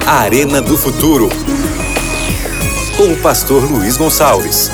Arena do Futuro, com o pastor Luiz Gonçalves.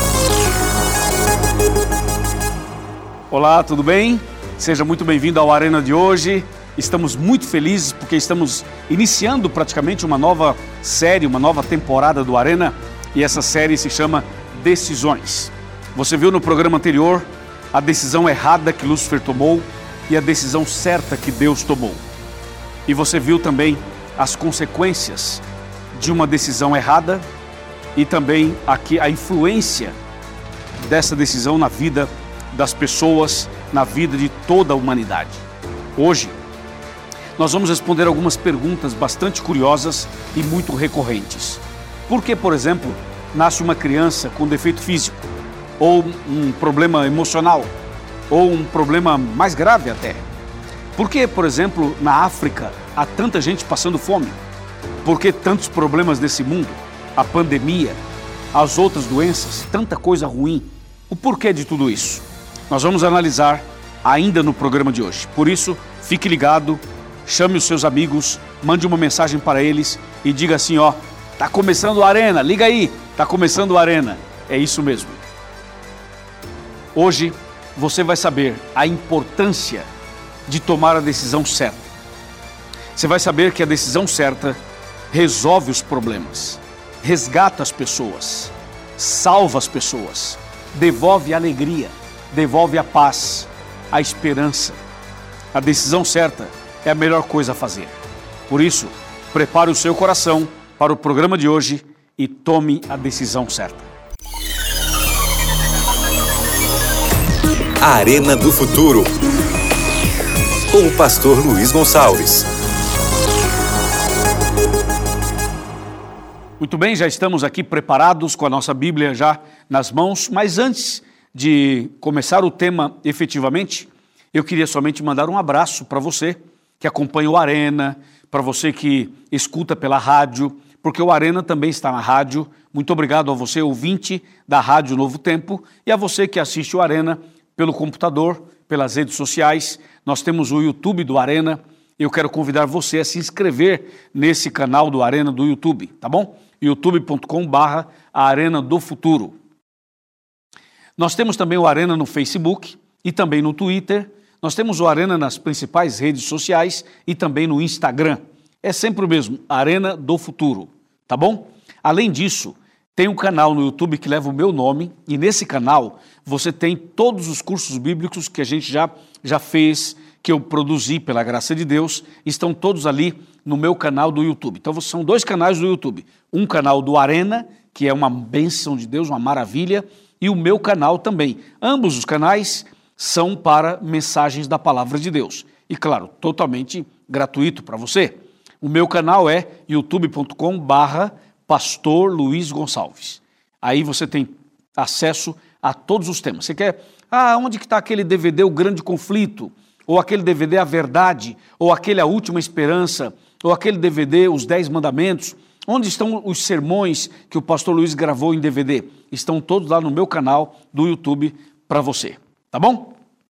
Olá, tudo bem? Seja muito bem-vindo ao Arena de hoje. Estamos muito felizes porque estamos iniciando praticamente uma nova série, uma nova temporada do Arena, e essa série se chama Decisões. Você viu no programa anterior a decisão errada que Lúcifer tomou e a decisão certa que Deus tomou. E você viu também as consequências de uma decisão errada e também aqui a influência dessa decisão na vida das pessoas, na vida de toda a humanidade. Hoje, nós vamos responder algumas perguntas bastante curiosas e muito recorrentes. Por que, por exemplo, nasce uma criança com defeito físico, ou um problema emocional, ou um problema mais grave até? Por que, por exemplo, na África há tanta gente passando fome? Por que tantos problemas nesse mundo? A pandemia, as outras doenças, tanta coisa ruim. O porquê de tudo isso? Nós vamos analisar ainda no programa de hoje. Por isso, fique ligado, chame os seus amigos, mande uma mensagem para eles e diga assim, ó, tá começando o Arena, liga aí, tá começando o Arena. É isso mesmo. Hoje, você vai saber a importância de tomar a decisão certa. Você vai saber que a decisão certa resolve os problemas, resgata as pessoas, salva as pessoas, devolve a alegria, devolve a paz, a esperança. A decisão certa é a melhor coisa a fazer. Por isso, prepare o seu coração para o programa de hoje e tome a decisão certa. Arena do Futuro, com o pastor Luiz Gonçalves. Muito bem, já estamos aqui preparados com a nossa Bíblia já nas mãos, mas antes de começar o tema efetivamente, eu queria somente mandar um abraço para você que acompanha o Arena, para você que escuta pela rádio, porque o Arena também está na rádio. Muito obrigado a você, ouvinte da Rádio Novo Tempo, e a você que assiste o Arena pelo computador, pelas redes sociais. Nós temos o YouTube do Arena. Eu quero convidar você a se inscrever nesse canal do Arena do YouTube, tá bom? youtube.com/Arena do Futuro. Nós temos também o Arena no Facebook e também no Twitter. Nós temos o Arena nas principais redes sociais e também no Instagram. É sempre o mesmo, Arena do Futuro, tá bom? Além disso, tem um canal no YouTube que leva o meu nome e nesse canal você tem todos os cursos bíblicos que a gente já fez, que eu produzi pela graça de Deus, estão todos ali no meu canal do YouTube. Então são dois canais do YouTube, um canal do Arena, que é uma bênção de Deus, uma maravilha, e o meu canal também. Ambos os canais são para mensagens da Palavra de Deus. E claro, totalmente gratuito para você. O meu canal é youtube.com/Pastor Luiz Gonçalves. Aí você tem acesso a todos os temas. Você quer, onde que está aquele DVD, O Grande Conflito? Ou aquele DVD, A Verdade? Ou aquele A Última Esperança? Ou aquele DVD, Os 10 Mandamentos? Onde estão os sermões que o pastor Luiz gravou em DVD? Estão todos lá no meu canal do YouTube para você, tá bom?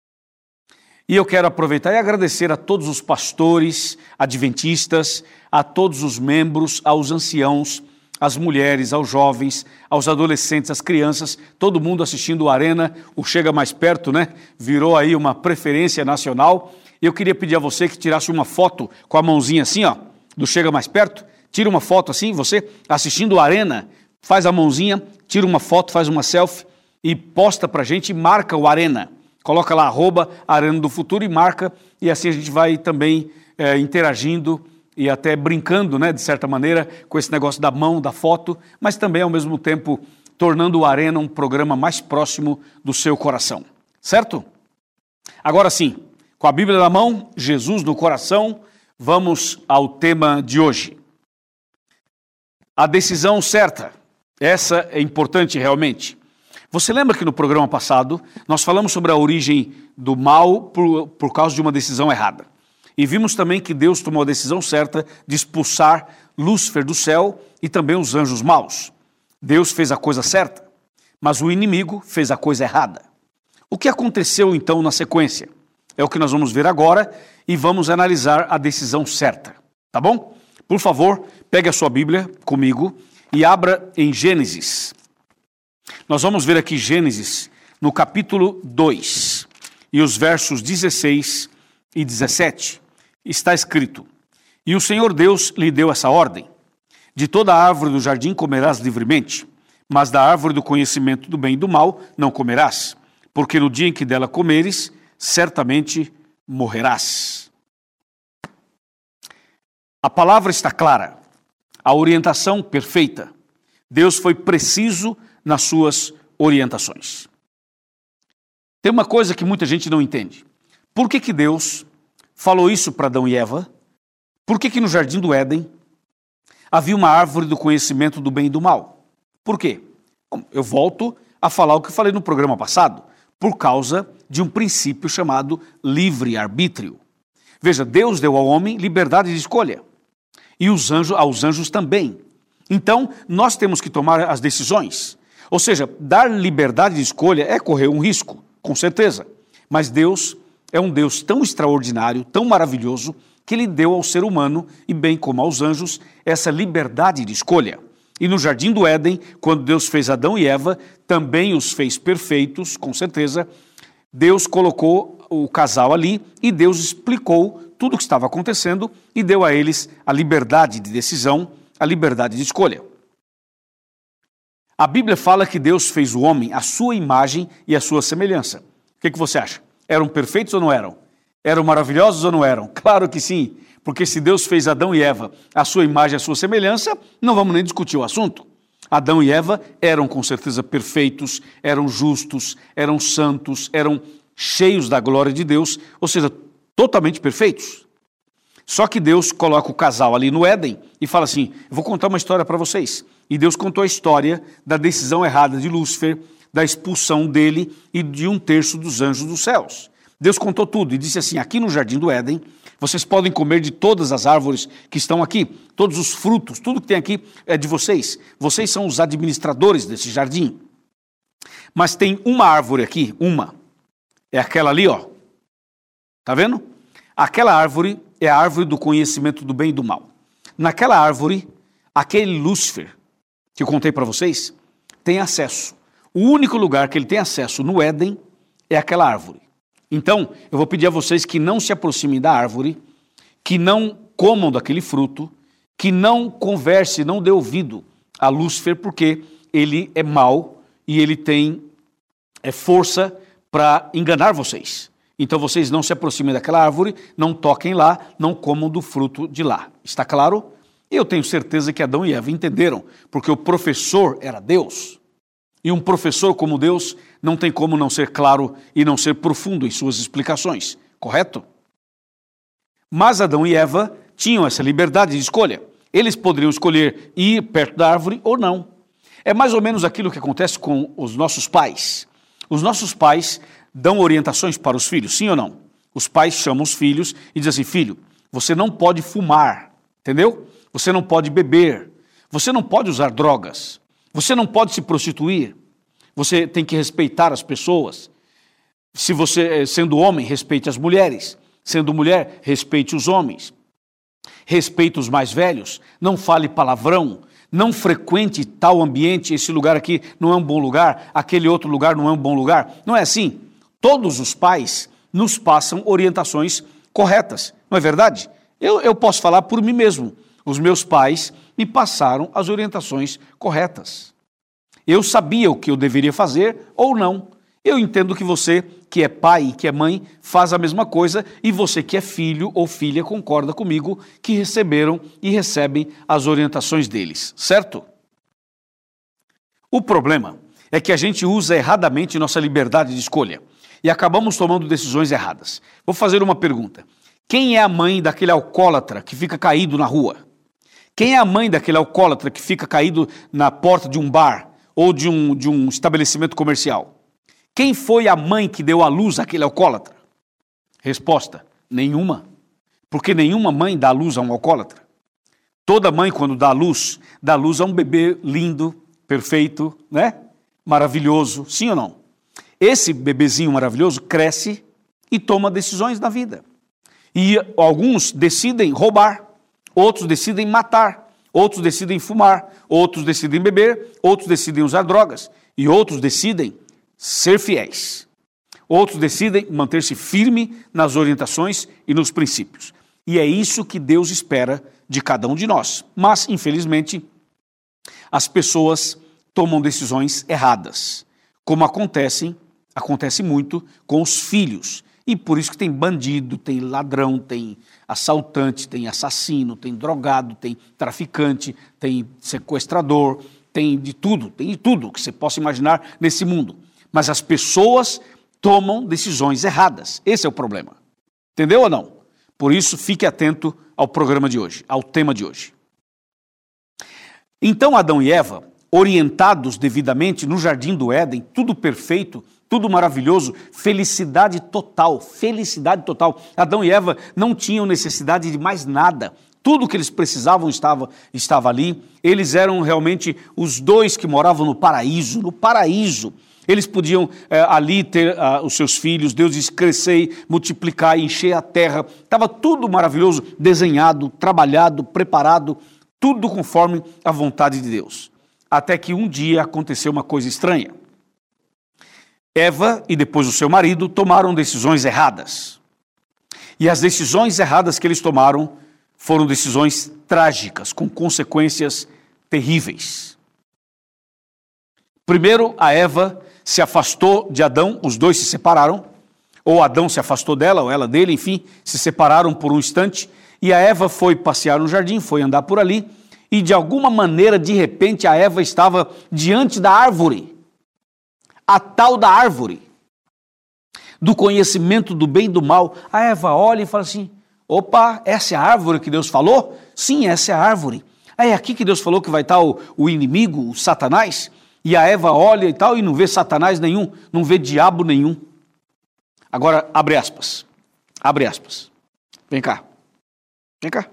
E eu quero aproveitar e agradecer a todos os pastores, adventistas, a todos os membros, aos anciãos, às mulheres, aos jovens, aos adolescentes, às crianças, todo mundo assistindo o Arena, o Chega Mais Perto, né? Virou aí uma preferência nacional. Eu queria pedir a você que tirasse uma foto com a mãozinha assim, ó, do Chega Mais Perto. Tira uma foto assim, você assistindo o Arena, faz a mãozinha, tira uma foto, faz uma selfie e posta pra gente e marca o Arena. Coloca lá, @Arena do Futuro e marca, e assim a gente vai também interagindo e até brincando, né, de certa maneira, com esse negócio da mão, da foto, mas também ao mesmo tempo tornando o Arena um programa mais próximo do seu coração, certo? Agora sim, com a Bíblia na mão, Jesus no coração, vamos ao tema de hoje. A decisão certa, essa é importante realmente. Você lembra que no programa passado nós falamos sobre a origem do mal por causa de uma decisão errada. E vimos também que Deus tomou a decisão certa de expulsar Lúcifer do céu e também os anjos maus. Deus fez a coisa certa, mas o inimigo fez a coisa errada. O que aconteceu então na sequência? É o que nós vamos ver agora e vamos analisar a decisão certa, tá bom? Por favor, pegue a sua Bíblia comigo e abra em Gênesis. Nós vamos ver aqui Gênesis no capítulo 2 e os versos 16 e 17. Está escrito: E o Senhor Deus lhe deu essa ordem: de toda árvore do jardim comerás livremente, mas da árvore do conhecimento do bem e do mal não comerás, porque no dia em que dela comeres, certamente morrerás. A palavra está clara, a orientação perfeita. Deus foi preciso nas suas orientações. Tem uma coisa que muita gente não entende. Por que Deus falou isso para Adão e Eva? Por que no jardim do Éden havia uma árvore do conhecimento do bem e do mal? Por quê? Bom, eu volto a falar o que falei no programa passado, por causa de um princípio chamado livre-arbítrio. Veja, Deus deu ao homem liberdade de escolha, e aos anjos também. Então, nós temos que tomar as decisões. Ou seja, dar liberdade de escolha é correr um risco, com certeza. Mas Deus é um Deus tão extraordinário, tão maravilhoso, que Ele deu ao ser humano, e bem como aos anjos, essa liberdade de escolha. E no jardim do Éden, quando Deus fez Adão e Eva, também os fez perfeitos, com certeza. Deus colocou o casal ali e Deus explicou tudo o que estava acontecendo e deu a eles a liberdade de decisão, a liberdade de escolha. A Bíblia fala que Deus fez o homem à sua imagem e à sua semelhança. O que você acha? Eram perfeitos ou não eram? Eram maravilhosos ou não eram? Claro que sim, porque se Deus fez Adão e Eva à sua imagem e à sua semelhança, não vamos nem discutir o assunto. Adão e Eva eram com certeza perfeitos, eram justos, eram santos, eram cheios da glória de Deus, ou seja, totalmente perfeitos. Só que Deus coloca o casal ali no Éden e fala assim: eu vou contar uma história para vocês. E Deus contou a história da decisão errada de Lúcifer, da expulsão dele e de 1/3 dos anjos dos céus. Deus contou tudo e disse assim: aqui no jardim do Éden, vocês podem comer de todas as árvores que estão aqui, todos os frutos, tudo que tem aqui é de vocês. Vocês são os administradores desse jardim. Mas tem uma árvore aqui, uma. É aquela ali, ó. Tá vendo? Aquela árvore é a árvore do conhecimento do bem e do mal. Naquela árvore, aquele Lúcifer, que eu contei para vocês, tem acesso. O único lugar que ele tem acesso no Éden é aquela árvore. Então, eu vou pedir a vocês que não se aproximem da árvore, que não comam daquele fruto, que não converse, não dê ouvido a Lúcifer, porque ele é mau e ele tem força para enganar vocês. Então vocês não se aproximem daquela árvore, não toquem lá, não comam do fruto de lá. Está claro? Eu tenho certeza que Adão e Eva entenderam, porque o professor era Deus. E um professor como Deus não tem como não ser claro e não ser profundo em suas explicações, correto? Mas Adão e Eva tinham essa liberdade de escolha. Eles poderiam escolher ir perto da árvore ou não. É mais ou menos aquilo que acontece com os nossos pais. Os nossos pais dão orientações para os filhos, sim ou não? Os pais chamam os filhos e dizem assim: filho, você não pode fumar, entendeu? Você não pode beber, você não pode usar drogas, você não pode se prostituir, você tem que respeitar as pessoas. Se você, sendo homem, respeite as mulheres, sendo mulher, respeite os homens, respeite os mais velhos, não fale palavrão, não frequente tal ambiente, esse lugar aqui não é um bom lugar, aquele outro lugar não é um bom lugar. Não é assim. Todos os pais nos passam orientações corretas, não é verdade? Eu posso falar por mim mesmo. Os meus pais me passaram as orientações corretas. Eu sabia o que eu deveria fazer ou não. Eu entendo que você, que é pai e que é mãe, faz a mesma coisa, e você que é filho ou filha concorda comigo que receberam e recebem as orientações deles, certo? O problema é que a gente usa erradamente nossa liberdade de escolha e acabamos tomando decisões erradas. Vou fazer uma pergunta. Quem é a mãe daquele alcoólatra que fica caído na rua? Quem é a mãe daquele alcoólatra que fica caído na porta de um bar ou de um estabelecimento comercial? Quem foi a mãe que deu à luz àquele alcoólatra? Resposta: nenhuma. Porque nenhuma mãe dá à luz a um alcoólatra. Toda mãe, quando dá à luz a um bebê lindo, perfeito, né? Maravilhoso, sim ou não? Esse bebezinho maravilhoso cresce e toma decisões na vida. E alguns decidem roubar, outros decidem matar, outros decidem fumar, outros decidem beber, outros decidem usar drogas e outros decidem ser fiéis. Outros decidem manter-se firme nas orientações e nos princípios. E é isso que Deus espera de cada um de nós. Mas, infelizmente, as pessoas tomam decisões erradas, como acontece muito com os filhos. E por isso que tem bandido, tem ladrão, tem assaltante, tem assassino, tem drogado, tem traficante, tem sequestrador, tem de tudo que você possa imaginar nesse mundo. Mas as pessoas tomam decisões erradas. Esse é o problema. Entendeu ou não? Por isso, fique atento ao programa de hoje, ao tema de hoje. Então, Adão e Eva, orientados devidamente no jardim do Éden, tudo perfeito, tudo maravilhoso, felicidade total. Adão e Eva não tinham necessidade de mais nada. Tudo que eles precisavam estava ali. Eles eram realmente os dois que moravam no paraíso. Eles podiam ali ter os seus filhos, Deus disse crescer, multiplicar, encher a terra. Estava tudo maravilhoso, desenhado, trabalhado, preparado, tudo conforme a vontade de Deus. Até que um dia aconteceu uma coisa estranha. Eva e depois o seu marido tomaram decisões erradas. E as decisões erradas que eles tomaram foram decisões trágicas, com consequências terríveis. Primeiro, a Eva se afastou de Adão, os dois se separaram, ou Adão se afastou dela, ou ela dele, enfim, se separaram por um instante, e a Eva foi passear no jardim, foi andar por ali, e de alguma maneira, de repente, a Eva estava diante da árvore, a tal da árvore, do conhecimento do bem e do mal. A Eva olha e fala assim, opa, essa é a árvore que Deus falou? Sim, essa é a árvore. É aqui que Deus falou que vai estar o inimigo, o Satanás? E a Eva olha e tal, e não vê Satanás nenhum, não vê diabo nenhum. Agora, abre aspas. Vem cá. Deixa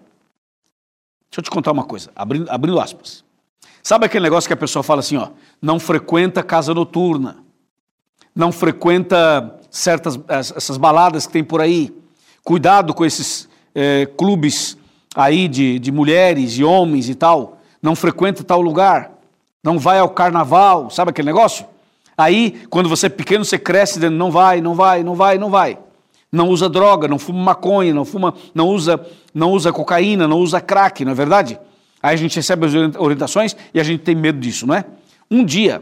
eu te contar uma coisa, abrindo aspas. Sabe aquele negócio que a pessoa fala assim, ó, não frequenta casa noturna, não frequenta essas baladas que tem por aí, cuidado com esses clubes aí de mulheres e homens e tal, não frequenta tal lugar, não vai ao carnaval, sabe aquele negócio? Aí, quando você é pequeno, você cresce dizendo, não vai. Não usa droga, não fuma maconha, não usa cocaína, não usa crack, não é verdade? Aí a gente recebe as orientações e a gente tem medo disso, não é? Um dia,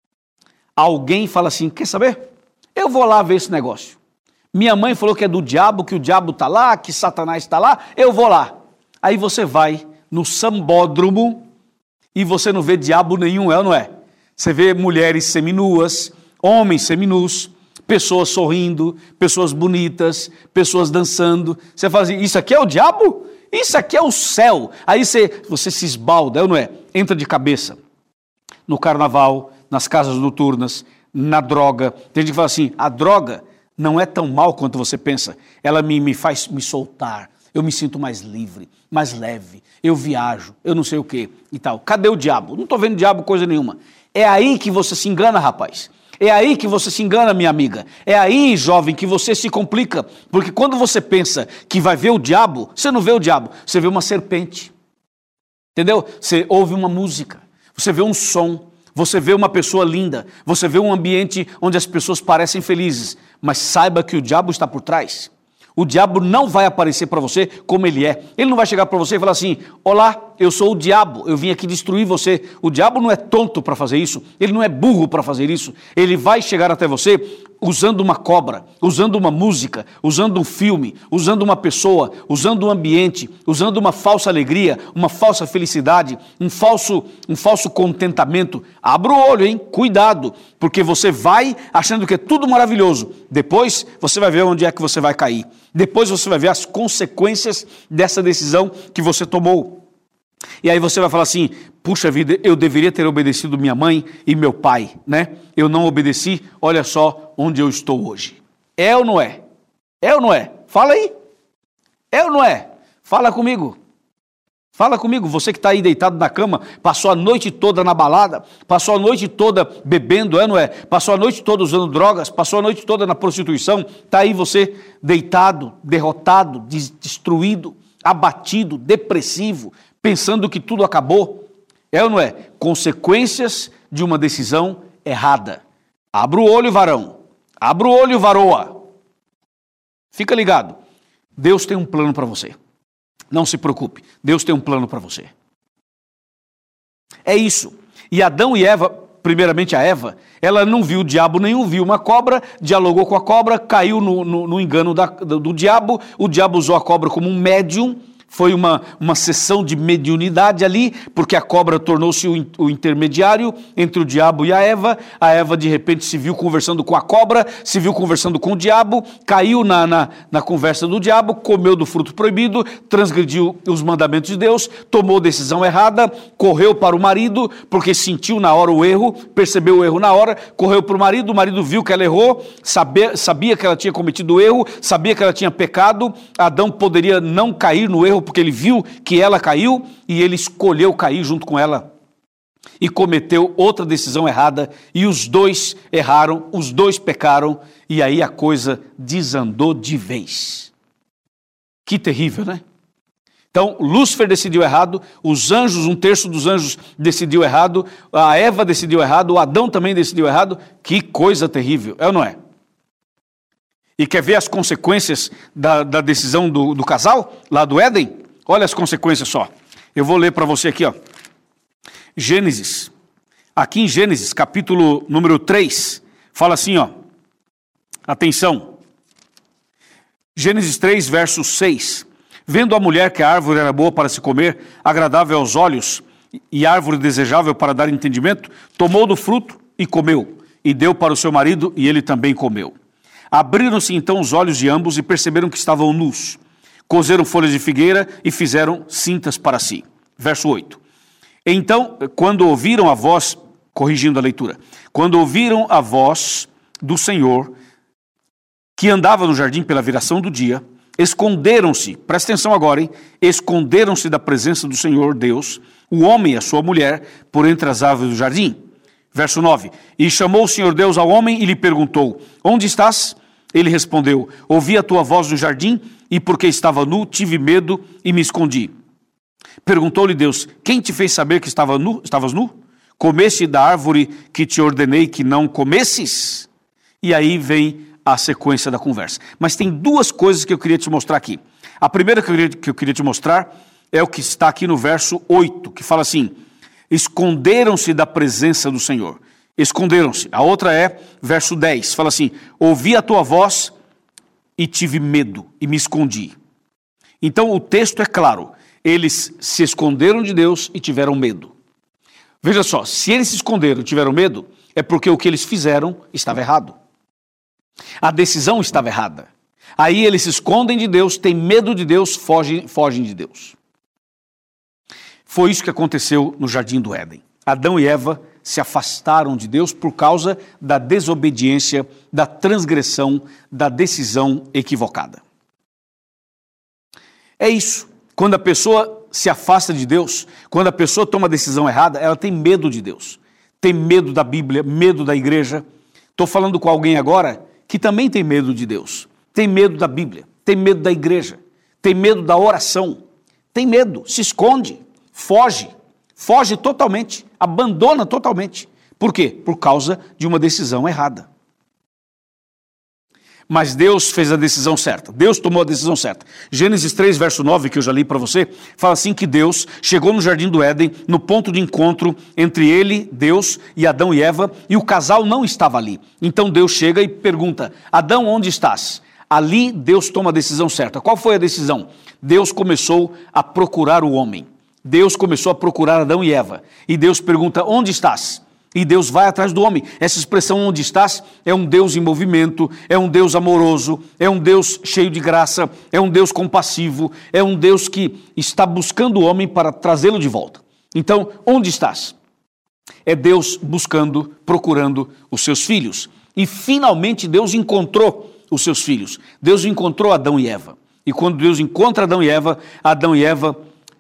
alguém fala assim, quer saber? Eu vou lá ver esse negócio. Minha mãe falou que é do diabo, que o diabo está lá, que Satanás está lá, eu vou lá. Aí você vai no sambódromo e você não vê diabo nenhum, é ou não é? Você vê mulheres seminuas, homens seminus, pessoas sorrindo, pessoas bonitas, pessoas dançando. Você fala assim, isso aqui é o diabo? Isso aqui é o céu. Aí você se esbalda, é ou não é? Entra de cabeça no carnaval, nas casas noturnas, na droga. Tem gente que fala assim, a droga não é tão mal quanto você pensa. Ela me faz me soltar. Eu me sinto mais livre, mais leve, eu viajo, eu não sei o que e tal. Cadê o diabo? Não estou vendo diabo coisa nenhuma. É aí que você se engana, rapaz. É aí que você se engana, minha amiga. É aí, jovem, que você se complica. Porque quando você pensa que vai ver o diabo, você não vê o diabo, você vê uma serpente. Entendeu? Você ouve uma música, você vê um som, você vê uma pessoa linda, você vê um ambiente onde as pessoas parecem felizes. Mas saiba que o diabo está por trás. O diabo não vai aparecer para você como ele é. Ele não vai chegar para você e falar assim, olá, eu sou o diabo, eu vim aqui destruir você. O diabo não é tonto para fazer isso, ele não é burro para fazer isso. Ele vai chegar até você usando uma cobra, usando uma música, usando um filme, usando uma pessoa, usando um ambiente, usando uma falsa alegria, uma falsa felicidade, um falso contentamento. Abra o olho, hein? Cuidado, porque você vai achando que é tudo maravilhoso. Depois você vai ver onde é que você vai cair. Depois você vai ver as consequências dessa decisão que você tomou. E aí você vai falar assim, puxa vida, eu deveria ter obedecido minha mãe e meu pai, né? Eu não obedeci, olha só onde eu estou hoje. É ou não é? É ou não é? Fala aí. É ou não é? Fala comigo. Fala comigo, você que está aí deitado na cama, passou a noite toda na balada, passou a noite toda bebendo, é ou não é? Passou a noite toda usando drogas, passou a noite toda na prostituição, está aí você deitado, derrotado, destruído, abatido, depressivo, pensando que tudo acabou. É ou não é? Consequências de uma decisão errada. Abra o olho, varão. Abra o olho, varoa. Fica ligado. Deus tem um plano para você. Não se preocupe. Deus tem um plano para você. É isso. E Adão e Eva, primeiramente a Eva, ela não viu o diabo nenhum, viu uma cobra, dialogou com a cobra, caiu no engano do diabo, o diabo usou a cobra como um médium, foi uma sessão de mediunidade ali, porque a cobra tornou-se o intermediário entre o diabo e a Eva de repente se viu conversando com a cobra, se viu conversando com o diabo, caiu na conversa do diabo, comeu do fruto proibido, transgrediu os mandamentos de Deus, tomou decisão errada, correu para o marido, porque sentiu na hora o erro, percebeu o erro na hora, correu para o marido viu que ela errou, sabia que ela tinha cometido o erro, sabia que ela tinha pecado, Adão poderia não cair no erro, porque ele viu que ela caiu e ele escolheu cair junto com ela e cometeu outra decisão errada e os dois erraram, os dois pecaram e aí a coisa desandou de vez. Que terrível, né? Então, Lúcifer decidiu errado, os anjos, 1/3 dos anjos decidiu errado, a Eva decidiu errado, o Adão também decidiu errado. Que coisa terrível, é ou não é? E quer ver as consequências da decisão do casal, lá do Éden? Olha as consequências só. Eu vou ler para você aqui, ó. Gênesis. Aqui em Gênesis, capítulo número 3, fala assim, ó. Atenção. Gênesis 3, verso 6. Vendo a mulher que a árvore era boa para se comer, agradável aos olhos e árvore desejável para dar entendimento, tomou do fruto e comeu, e deu para o seu marido, e ele também comeu. Abriram-se então os olhos de ambos e perceberam que estavam nus. Cozeram folhas de figueira e fizeram cintas para si. Verso 8. Então, quando ouviram a voz, corrigindo a leitura, quando ouviram a voz do Senhor, que andava no jardim pela viração do dia, esconderam-se, presta atenção agora, hein? Esconderam-se da presença do Senhor Deus, o homem e a sua mulher, por entre as árvores do jardim. Verso 9, e chamou o Senhor Deus ao homem e lhe perguntou, onde estás? Ele respondeu, ouvi a tua voz no jardim e porque estava nu, tive medo e me escondi. Perguntou-lhe Deus, quem te fez saber que estavas nu? Comeste da árvore que te ordenei que não comesses? E aí vem a sequência da conversa. Mas tem duas coisas que eu queria te mostrar aqui. A primeira que eu queria te mostrar é o que está aqui no verso 8, que fala assim, esconderam-se da presença do Senhor. Esconderam-se. A outra é verso 10, fala assim, ouvi a tua voz e tive medo e me escondi. Então o texto é claro, eles se esconderam de Deus e tiveram medo. Veja só, se eles se esconderam e tiveram medo, é porque o que eles fizeram estava errado. A decisão estava errada. Aí eles se escondem de Deus, têm medo de Deus, fogem de Deus. Foi isso que aconteceu no Jardim do Éden. Adão e Eva se afastaram de Deus por causa da desobediência, da transgressão, da decisão equivocada. É isso. Quando a pessoa se afasta de Deus, quando a pessoa toma a decisão errada, ela tem medo de Deus. Tem medo da Bíblia, medo da igreja. Estou falando com alguém agora que também tem medo de Deus. Tem medo da Bíblia, tem medo da igreja, tem medo da oração. Tem medo, se esconde, foge totalmente, abandona totalmente. Por quê? Por causa de uma decisão errada. Mas Deus fez a decisão certa. Deus tomou a decisão certa. Gênesis 3, verso 9, que eu já li para você, fala assim que Deus chegou no Jardim do Éden, no ponto de encontro entre ele, Deus, e Adão e Eva, e o casal não estava ali. Então Deus chega e pergunta, Adão, onde estás? Ali Deus toma a decisão certa. Qual foi a decisão? Deus começou a procurar o homem. Deus começou a procurar Adão e Eva. E Deus pergunta, onde estás? E Deus vai atrás do homem. Essa expressão, onde estás, é um Deus em movimento, é um Deus amoroso, é um Deus cheio de graça, é um Deus compassivo, é um Deus que está buscando o homem para trazê-lo de volta. Então, onde estás? É Deus buscando, procurando os seus filhos. E finalmente Deus encontrou os seus filhos. Deus encontrou Adão e Eva. E quando Deus encontra Adão e Eva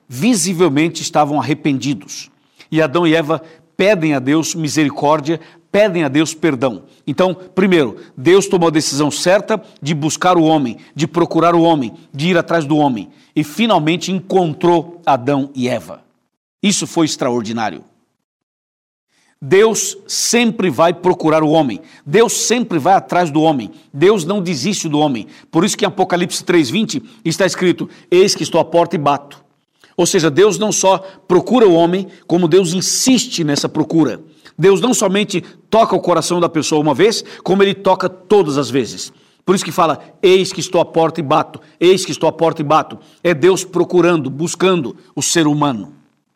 visivelmente estavam arrependidos. E Adão e Eva pedem a Deus misericórdia, pedem a Deus perdão. Então, primeiro, Deus tomou a decisão certa de buscar o homem, de procurar o homem, de ir atrás do homem. E finalmente encontrou Adão e Eva. Isso foi extraordinário. Deus sempre vai procurar o homem. Deus sempre vai atrás do homem. Deus não desiste do homem. Por isso que em Apocalipse 3:20 está escrito: eis que estou à porta e bato. Ou seja, Deus não só procura o homem, como Deus insiste nessa procura. Deus não somente toca o coração da pessoa uma vez, como Ele toca todas as vezes. Por isso que fala: eis que estou à porta e bato. Eis que estou à porta e bato. É Deus procurando, buscando o ser humano.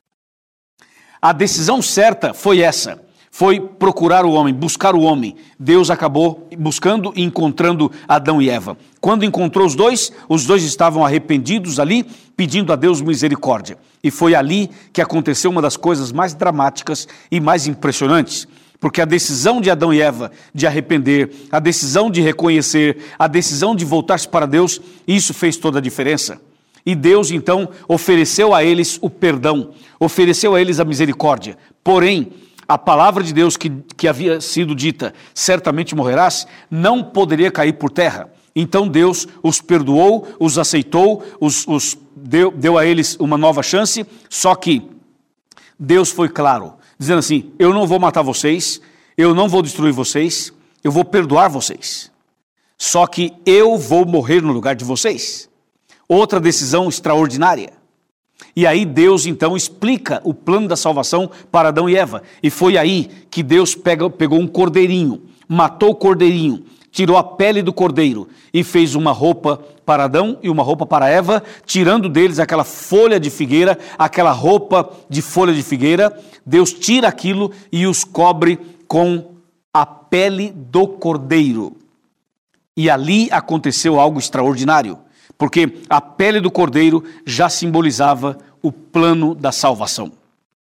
A decisão certa foi essa, foi procurar o homem, buscar o homem. Deus acabou buscando e encontrando Adão e Eva. Quando encontrou os dois estavam arrependidos ali, pedindo a Deus misericórdia. E foi ali que aconteceu uma das coisas mais dramáticas e mais impressionantes. Porque a decisão de Adão e Eva de arrepender, a decisão de reconhecer, a decisão de voltar-se para Deus, isso fez toda a diferença. E Deus, então, ofereceu a eles o perdão, ofereceu a eles a misericórdia. Porém, a palavra de Deus que havia sido dita, certamente morrerás, não poderia cair por terra. Então Deus os perdoou, os aceitou, deu a eles uma nova chance, só que Deus foi claro, dizendo assim: eu não vou matar vocês, eu não vou destruir vocês, eu vou perdoar vocês. Só que eu vou morrer no lugar de vocês. Outra decisão extraordinária. E aí Deus então explica o plano da salvação para Adão e Eva. E foi aí que Deus pegou um cordeirinho, matou o cordeirinho, tirou a pele do cordeiro e fez uma roupa para Adão e uma roupa para Eva, tirando deles aquela folha de figueira, aquela roupa de folha de figueira. Deus tira aquilo e os cobre com a pele do cordeiro. E ali aconteceu algo extraordinário. Porque a pele do cordeiro já simbolizava o plano da salvação.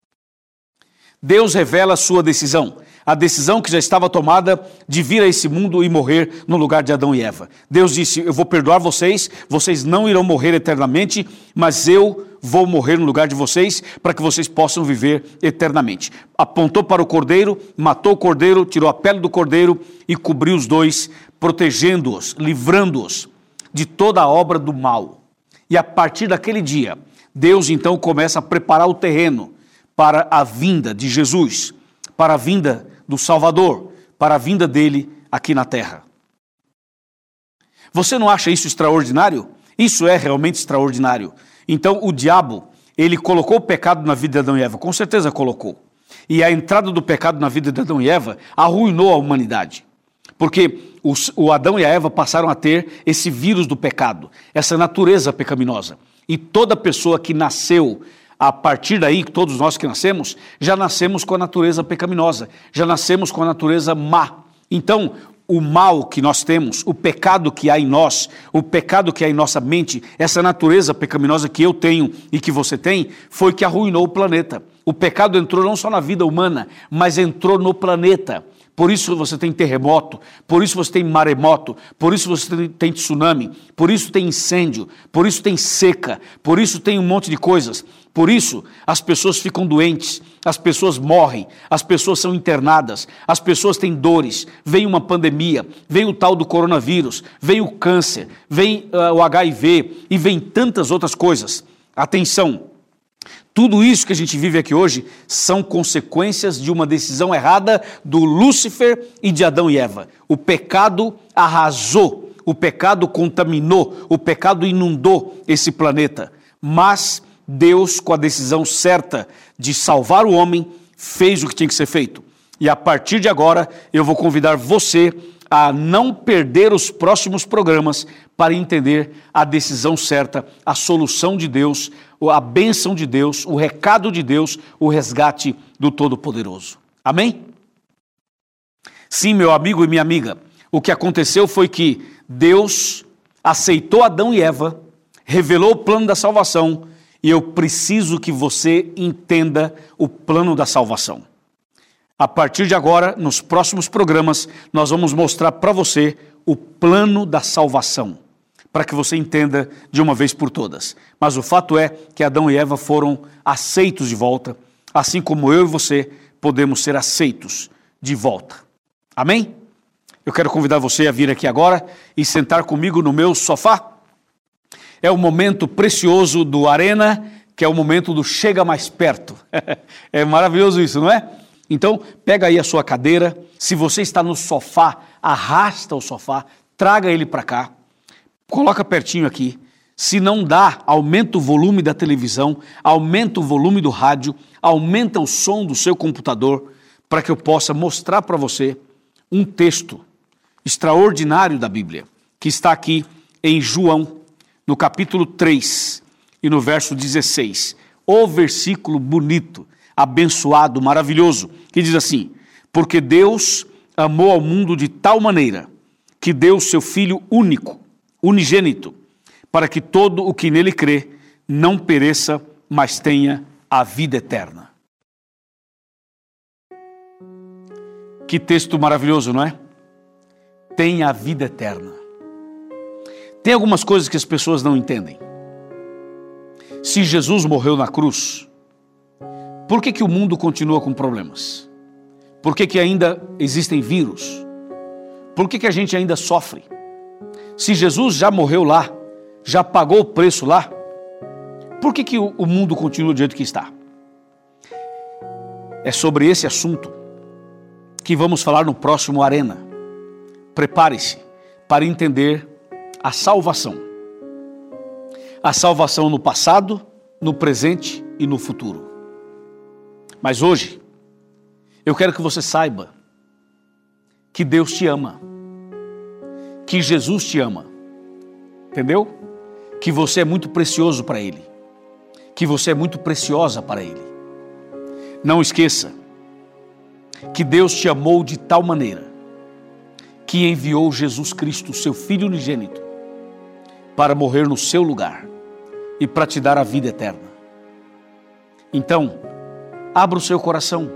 Deus revela a sua decisão, a decisão que já estava tomada de vir a esse mundo e morrer no lugar de Adão e Eva. Deus disse: eu vou perdoar vocês, vocês não irão morrer eternamente, mas eu vou morrer no lugar de vocês para que vocês possam viver eternamente. Apontou para o cordeiro, matou o cordeiro, tirou a pele do cordeiro e cobriu os dois, protegendo-os, livrando-os de toda a obra do mal. E a partir daquele dia, Deus então começa a preparar o terreno para a vinda de Jesus, para a vinda do Salvador, para a vinda dele aqui na terra. Você não acha isso extraordinário? Isso é realmente extraordinário. Então o diabo, ele colocou o pecado na vida de Adão e Eva, com certeza colocou. E a entrada do pecado na vida de Adão e Eva arruinou a humanidade. Porque o Adão e a Eva passaram a ter esse vírus do pecado, essa natureza pecaminosa. E toda pessoa que nasceu, a partir daí, todos nós que nascemos, já nascemos com a natureza pecaminosa, já nascemos com a natureza má. Então, o mal que nós temos, o pecado que há em nós, o pecado que há em nossa mente, essa natureza pecaminosa que eu tenho e que você tem, foi que arruinou o planeta. O pecado entrou não só na vida humana, mas entrou no planeta. Por isso você tem terremoto, por isso você tem maremoto, por isso você tem tsunami, por isso tem incêndio, por isso tem seca, por isso tem um monte de coisas. Por isso as pessoas ficam doentes, as pessoas morrem, as pessoas são internadas, as pessoas têm dores, vem uma pandemia, vem o tal do coronavírus, vem o câncer, vem o HIV e vem tantas outras coisas. Atenção! Tudo isso que a gente vive aqui hoje são consequências de uma decisão errada do Lúcifer e de Adão e Eva. O pecado arrasou, o pecado contaminou, o pecado inundou esse planeta. Mas Deus, com a decisão certa de salvar o homem, fez o que tinha que ser feito. E a partir de agora, eu vou convidar você a não perder os próximos programas para entender a decisão certa, a solução de Deus, a bênção de Deus, o recado de Deus, o resgate do Todo-Poderoso. Amém? Sim, meu amigo e minha amiga, o que aconteceu foi que Deus aceitou Adão e Eva, revelou o plano da salvação, e eu preciso que você entenda o plano da salvação. A partir de agora, nos próximos programas, nós vamos mostrar para você o plano da salvação, para que você entenda de uma vez por todas. Mas o fato é que Adão e Eva foram aceitos de volta, assim como eu e você podemos ser aceitos de volta. Amém? Eu quero convidar você a vir aqui agora e sentar comigo no meu sofá. É o momento precioso do Arena, que é o momento do chega mais perto. É maravilhoso isso, não é? Então, pega aí a sua cadeira. Se você está no sofá, arrasta o sofá, traga ele para cá, coloca pertinho aqui. Se não dá, aumenta o volume da televisão, aumenta o volume do rádio, aumenta o som do seu computador, para que eu possa mostrar para você um texto extraordinário da Bíblia, que está aqui em João, no capítulo 3 e no verso 16. O versículo bonito, abençoado, maravilhoso, que diz assim: porque Deus amou ao mundo de tal maneira que deu o seu Filho único, unigênito, para que todo o que nele crê não pereça, mas tenha a vida eterna. Que texto maravilhoso, não é? Tenha a vida eterna. Tem algumas coisas que as pessoas não entendem. Se Jesus morreu na cruz, por que o mundo continua com problemas? Por que ainda existem vírus? Por que a gente ainda sofre? Se Jesus já morreu lá, já pagou o preço lá, por que o mundo continua do jeito que está? É sobre esse assunto que vamos falar no próximo Arena. Prepare-se para entender a salvação. A salvação no passado, no presente e no futuro. Mas hoje, eu quero que você saiba que Deus te ama, que Jesus te ama, entendeu? Que você é muito precioso para Ele, que você é muito preciosa para Ele. Não esqueça que Deus te amou de tal maneira que enviou Jesus Cristo, seu Filho unigênito, para morrer no seu lugar e para te dar a vida eterna. Então, abra o seu coração,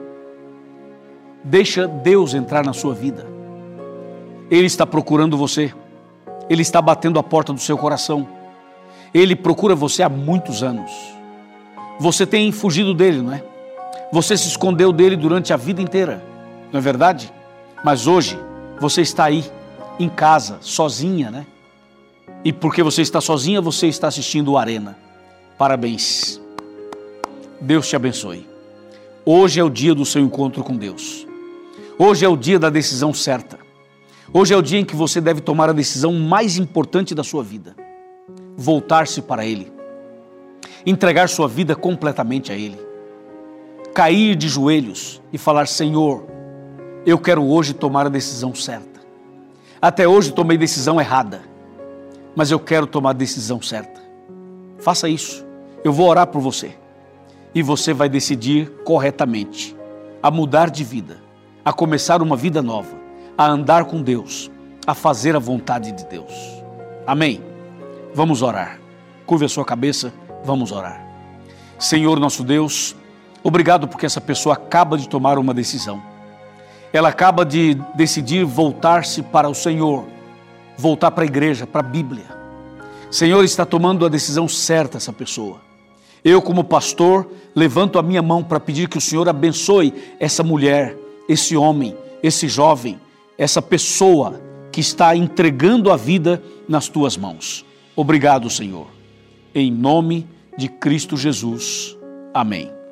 deixa Deus entrar na sua vida. Ele está procurando você, Ele está batendo a porta do seu coração. Ele procura você há muitos anos. Você tem fugido dele, não é? Você se escondeu dele durante a vida inteira, não é verdade? Mas hoje você está aí, em casa, sozinha, né? E porque você está sozinha, você está assistindo o Arena. Parabéns. Deus te abençoe. Hoje é o dia do seu encontro com Deus. Hoje é o dia da decisão certa. Hoje é o dia em que você deve tomar a decisão mais importante da sua vida. Voltar-se para Ele. Entregar sua vida completamente a Ele. Cair de joelhos e falar: Senhor, eu quero hoje tomar a decisão certa. Até hoje tomei decisão errada, mas eu quero tomar a decisão certa. Faça isso. Eu vou orar por você. E você vai decidir corretamente a mudar de vida, a começar uma vida nova, a andar com Deus, a fazer a vontade de Deus. Amém? Vamos orar. Curve a sua cabeça, vamos orar. Senhor nosso Deus, obrigado porque essa pessoa acaba de tomar uma decisão. Ela acaba de decidir voltar-se para o Senhor, voltar para a igreja, para a Bíblia. Senhor, está tomando a decisão certa essa pessoa. Eu, como pastor, levanto a minha mão para pedir que o Senhor abençoe essa mulher, esse homem, esse jovem, essa pessoa que está entregando a vida nas tuas mãos. Obrigado, Senhor. Em nome de Cristo Jesus. Amém.